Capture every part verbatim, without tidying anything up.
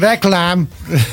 Reklám!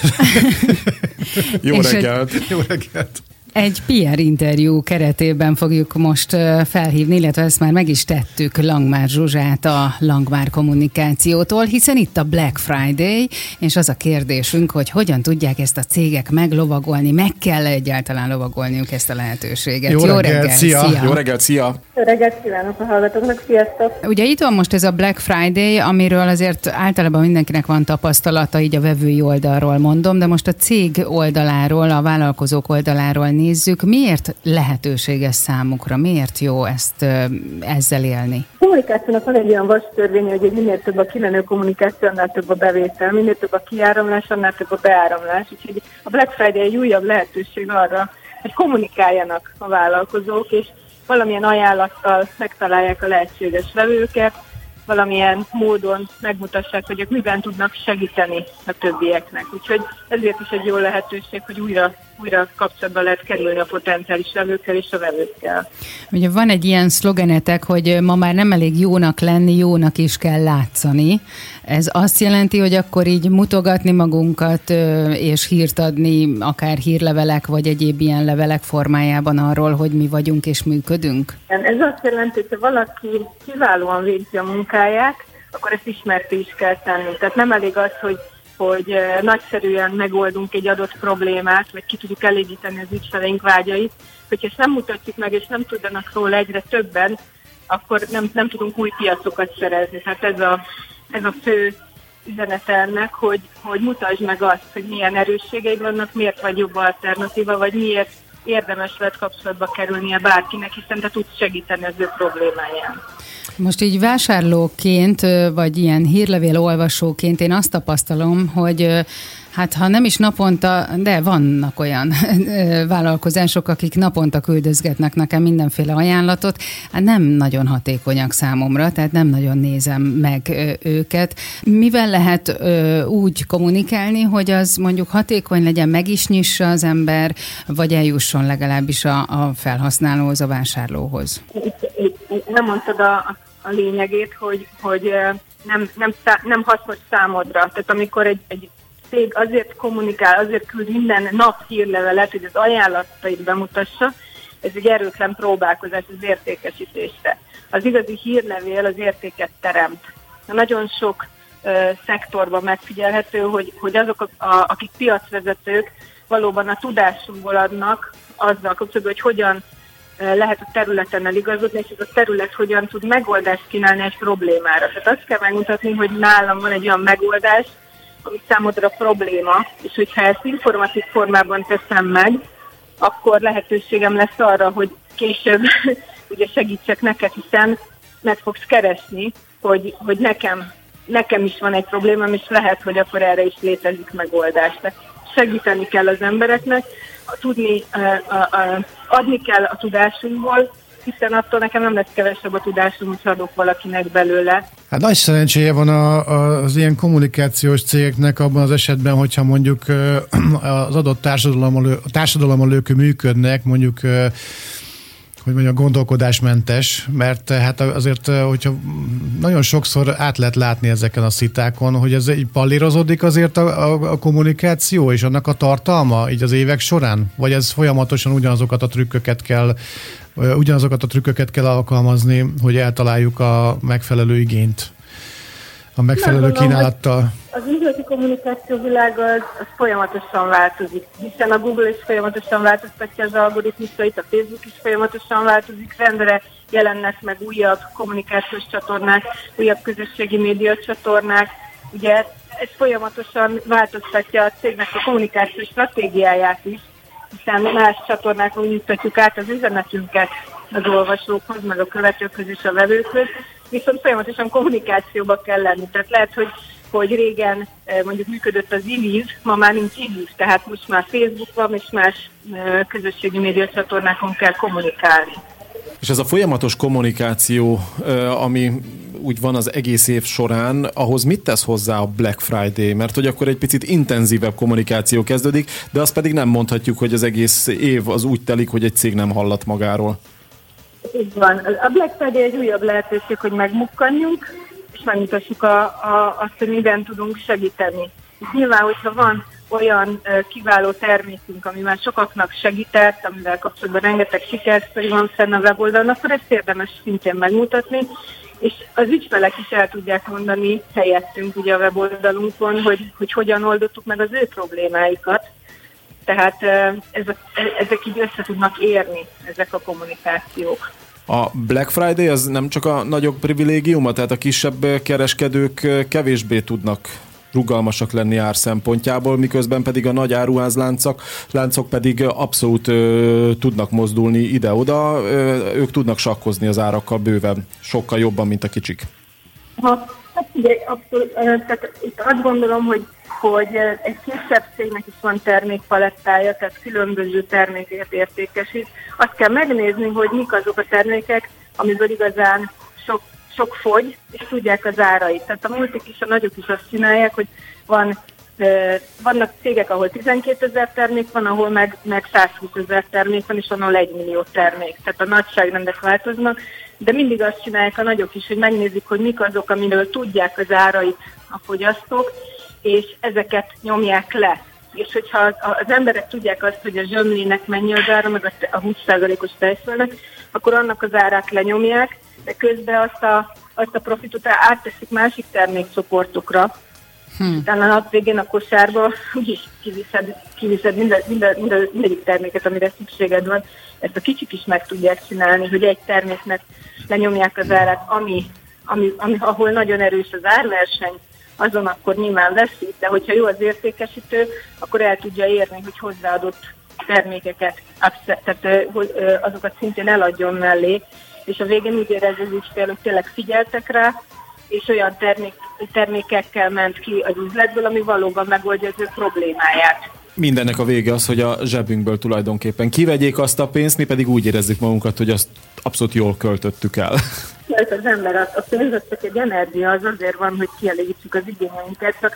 Jó reggelt! Egy, Jó reggelt! Egy pé er interjú keretében fogjuk most felhívni, illetve ezt már meg is tettük, Langmár Zsuzsát a Langmár Kommunikációtól, hiszen itt a Black Friday, és az a kérdésünk, hogy hogyan tudják ezt a cégek meglovagolni, meg kell egyáltalán lovagolniuk ezt a lehetőséget. Jó, Jó reggelt, reggelt szia. szia! Jó reggelt, szia! Jó reggelt kívánok a hallgatóknak, sziasztok! Ugye itt van most ez a Black Friday, amiről azért általában mindenkinek van tapasztalata, így a vevői oldalról mondom, de most a cég oldaláról, a vállalkozók oldaláról nézzük, miért lehetőséges számukra, miért jó ezt ezzel élni? A kommunikációnak van egy olyan vas-törvény, hogy minél több a kimenő kommunikáció, annál több a bevétel, minél több a kiáramlás, annál több a beáramlás. Úgyhogy a Black Friday egy újabb lehetőség arra, hogy kommunikáljanak a vállalkozók, és valamilyen ajánlattal megtalálják a lehetséges vevőket, valamilyen módon megmutassák, hogy ők miben tudnak segíteni a többieknek. Úgyhogy ezért is egy jó lehetőség, hogy újra, újra kapcsolatba lehet kerülni a potenciális vevőkkel és a vevőkkel. Ugye van egy ilyen szlogenetek, hogy ma már nem elég jónak lenni, jónak is kell látszani. Ez azt jelenti, hogy akkor így mutogatni magunkat és hírt adni, akár hírlevelek vagy egyéb ilyen levelek formájában arról, hogy mi vagyunk és működünk? Ez azt jelenti, hogy ha valaki kiválóan végzi a munkáját, akkor ezt ismerté is kell tenni. Tehát nem elég az, hogy, hogy nagyszerűen megoldunk egy adott problémát, vagy ki tudjuk elégíteni az ügyfeleink vágyait. Hogyha ezt nem mutatjuk meg, és nem tudnak róla egyre többen, akkor nem, nem tudunk új piacokat szerezni. Tehát ez a, ez a fő üzenet ennek, hogy, hogy mutasd meg azt, hogy milyen erősségeid vannak, miért vagy jobb alternatíva, vagy miért érdemes lehet kapcsolatba kerülnie bárkinek, hiszen te tudsz segíteni az ő problémáján. Most így vásárlóként, vagy ilyen hírlevél olvasóként én azt tapasztalom, hogy hát ha nem is naponta, de vannak olyan vállalkozások, akik naponta küldözgetnek nekem mindenféle ajánlatot, hát nem nagyon hatékonyak számomra, tehát nem nagyon nézem meg őket. Mivel lehet úgy kommunikálni, hogy az mondjuk hatékony legyen, meg is nyissa az ember, vagy eljusson legalábbis a, a felhasználóhoz, a vásárlóhoz? Nem mondtad a, a lényegét, hogy, hogy nem, nem, nem hasznos számodra. Tehát amikor egy, egy cég azért kommunikál, azért küld minden nap hírlevelet, hogy az ajánlatait bemutassa, ez egy erőtlen próbálkozás az értékesítésre. Az igazi hírlevél az értéket teremt. Nagyon sok uh, szektorban megfigyelhető, hogy, hogy azok, a, a, akik piacvezetők valóban a tudásukból adnak azzal kapcsolatban, hogy hogyan lehet a területen eligazodni, és ez a terület hogyan tud megoldást kínálni egy problémára. Tehát azt kell megmutatni, hogy nálam van egy olyan megoldás, ami számodra probléma, és hogyha ezt informatív formában teszem meg, akkor lehetőségem lesz arra, hogy később ugye segítsek neked, hiszen meg fogsz keresni, hogy, hogy nekem, nekem is van egy problémám, és lehet, hogy akkor erre is létezik megoldás. Tehát segíteni kell az embereknek, tudni, adni kell a tudásunkból, hiszen attól nekem nem lesz kevesebb a tudásom, hogy adok valakinek belőle. Hát nagy szerencséje van a, a, az ilyen kommunikációs cégeknek abban az esetben, hogyha mondjuk az adott társadalommal, társadalommal ők működnek, mondjuk hogy mondjam, gondolkodásmentes, mert hát azért, hogyha nagyon sokszor át lehet látni ezeken a szitákon, hogy ez így pallírozódik azért a, a, a kommunikáció és annak a tartalma így az évek során? Vagy ez folyamatosan ugyanazokat a trükköket kell, ugyanazokat a trükköket kell alkalmazni, hogy eltaláljuk a megfelelő igényt, a megfelelő kínálattal? Az üzleti kommunikáció világa az, az folyamatosan változik, hiszen a Google is folyamatosan változtatja az algoritmusait, a Facebook is folyamatosan változik, rendre jelennek meg újabb kommunikációs csatornák, újabb közösségi média csatornák. Ugye ez folyamatosan változtatja a cégnek a kommunikációs stratégiáját is, hiszen más csatornákon juttatjuk át az üzenetünket az olvasókhoz, meg a követőkhöz és a vevőkhöz, viszont folyamatosan kommunikációba kell lenni. Tehát lehet, hogy, hogy régen mondjuk működött az e-víz, ma már nincs e-víz, tehát most már Facebook van, és más közösségi média csatornákon kell kommunikálni. És ez a folyamatos kommunikáció, ami úgy van az egész év során, ahhoz mit tesz hozzá a Black Friday? Mert hogy akkor egy picit intenzívebb kommunikáció kezdődik, de azt pedig nem mondhatjuk, hogy az egész év az úgy telik, hogy egy cég nem hallat magáról. Így van. A Black Friday egy újabb lehetőség, hogy megmukkanjunk, és megmutassuk a, a, azt, hogy miben tudunk segíteni. És nyilván, hogyha van olyan uh, kiváló termékünk, ami már sokaknak segített, amivel kapcsolatban rengeteg sikersztori van fenn a weboldalon, akkor ezt érdemes szintén megmutatni, és az ügyfelek is el tudják mondani helyettünk ugye a weboldalunkon, hogy, hogy hogyan oldottuk meg az ő problémáikat. Tehát uh, ez a, ezek így össze tudnak érni, ezek a kommunikációk. A Black Friday az nem csak a nagyobb privilégiuma, tehát a kisebb kereskedők kevésbé tudnak rugalmasak lenni ár szempontjából, miközben pedig a nagy áruházláncok láncok pedig abszolút ö, tudnak mozdulni ide-oda, ö, ők tudnak sakkozni az árakkal bőven, sokkal jobban, mint a kicsik. Ha, hát ugye, abszolút, tehát itt azt gondolom, hogy, hogy egy kisebb cégnek is van termékpalettája, tehát különböző termékeket értékesít. Azt kell megnézni, hogy mik azok a termékek, amiből igazán sok sok fogy, és tudják az árait. Tehát a multik is, a nagyok is azt csinálják, hogy van, e, vannak cégek, ahol tizenkétezer termék van, ahol meg, meg százhúszezer termék van, és van, ahol egy millió termék. Tehát a nagyságrendek változnak, de mindig azt csinálják a nagyok is, hogy megnézik, hogy mik azok, amiről tudják az árait a fogyasztók, és ezeket nyomják le. És hogyha az emberek tudják azt, hogy a zsömlének mennyi az ára, meg a húsz százalékos tejfölnek, akkor annak az árát lenyomják, de közben azt a, azt a profitot átteszik másik termékcsoportokra. Hmm. Utána a nap végén a kosárba úgyis kiviszed, kiviszed minden, minden, minden, mindegyik terméket, amire szükséged van. Ezt a kicsik is meg tudják csinálni, hogy egy terméknek lenyomják az árát, ami, ami, ami, ahol nagyon erős az árverseny, azon akkor nyilván veszít, de hogyha jó az értékesítő, akkor el tudja érni, hogy hozzáadott termékeket, tehát azokat szintén eladjon mellé, és a végén úgy érez az ügyfél, hogy tényleg figyeltek rá, és olyan termék, termékekkel ment ki az üzletből, ami valóban megoldja az ő problémáját. Mindennek a vége az, hogy a zsebünkből tulajdonképpen kivegyék azt a pénzt, mi pedig úgy érezzük magunkat, hogy azt abszolút jól költöttük el. Ez az ember, a pénz az csak egy energia, az azért van, hogy kielégítsük az igényeinket, csak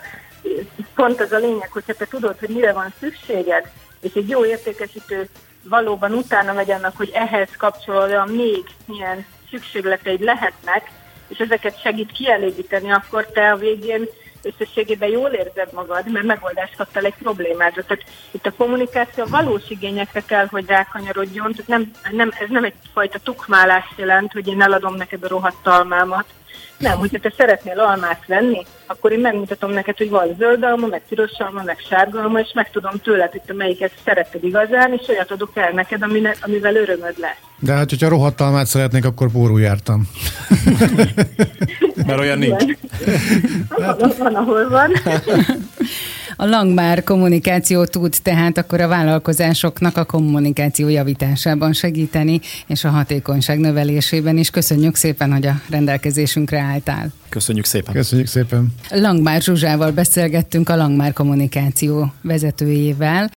pont az a lényeg, hogyha te tudod, hogy mire van szükséged, és egy jó értékesítő valóban utána megy annak, hogy ehhez kapcsolódóan még milyen szükségleteid lehetnek, és ezeket segít kielégíteni, akkor te a végén összességében jól érzed magad, mert megoldást kaptál egy problémádra. Tehát itt a kommunikáció a valós igényekre kell, hogy rákanyarodjon. Tehát nem, nem, ez nem egyfajta tukmálást jelent, hogy én eladom neked a rohadt almámat. Nem, hogyha te szeretnél almát venni, akkor én megmutatom neked, hogy van zöld alma, meg piros alma, meg sárga alma, és megtudom tőled, hogy te melyiket szereted igazán, és olyat adok el neked, amine, amivel örömöd lesz. De hát, hogyha rohadt almát szeretnék, akkor pórul jártam. Mert olyan nincs. Van, van, ahol van. A Langbár kommunikáció tud tehát akkor a vállalkozásoknak a kommunikáció javításában segíteni, és a hatékonyság növelésében is. Köszönjük szépen, hogy a rendelkezésünkre álltál. Köszönjük szépen. Köszönjük szépen. Langbár Zsuzsával beszélgettünk, a Langbár kommunikáció vezetőjével.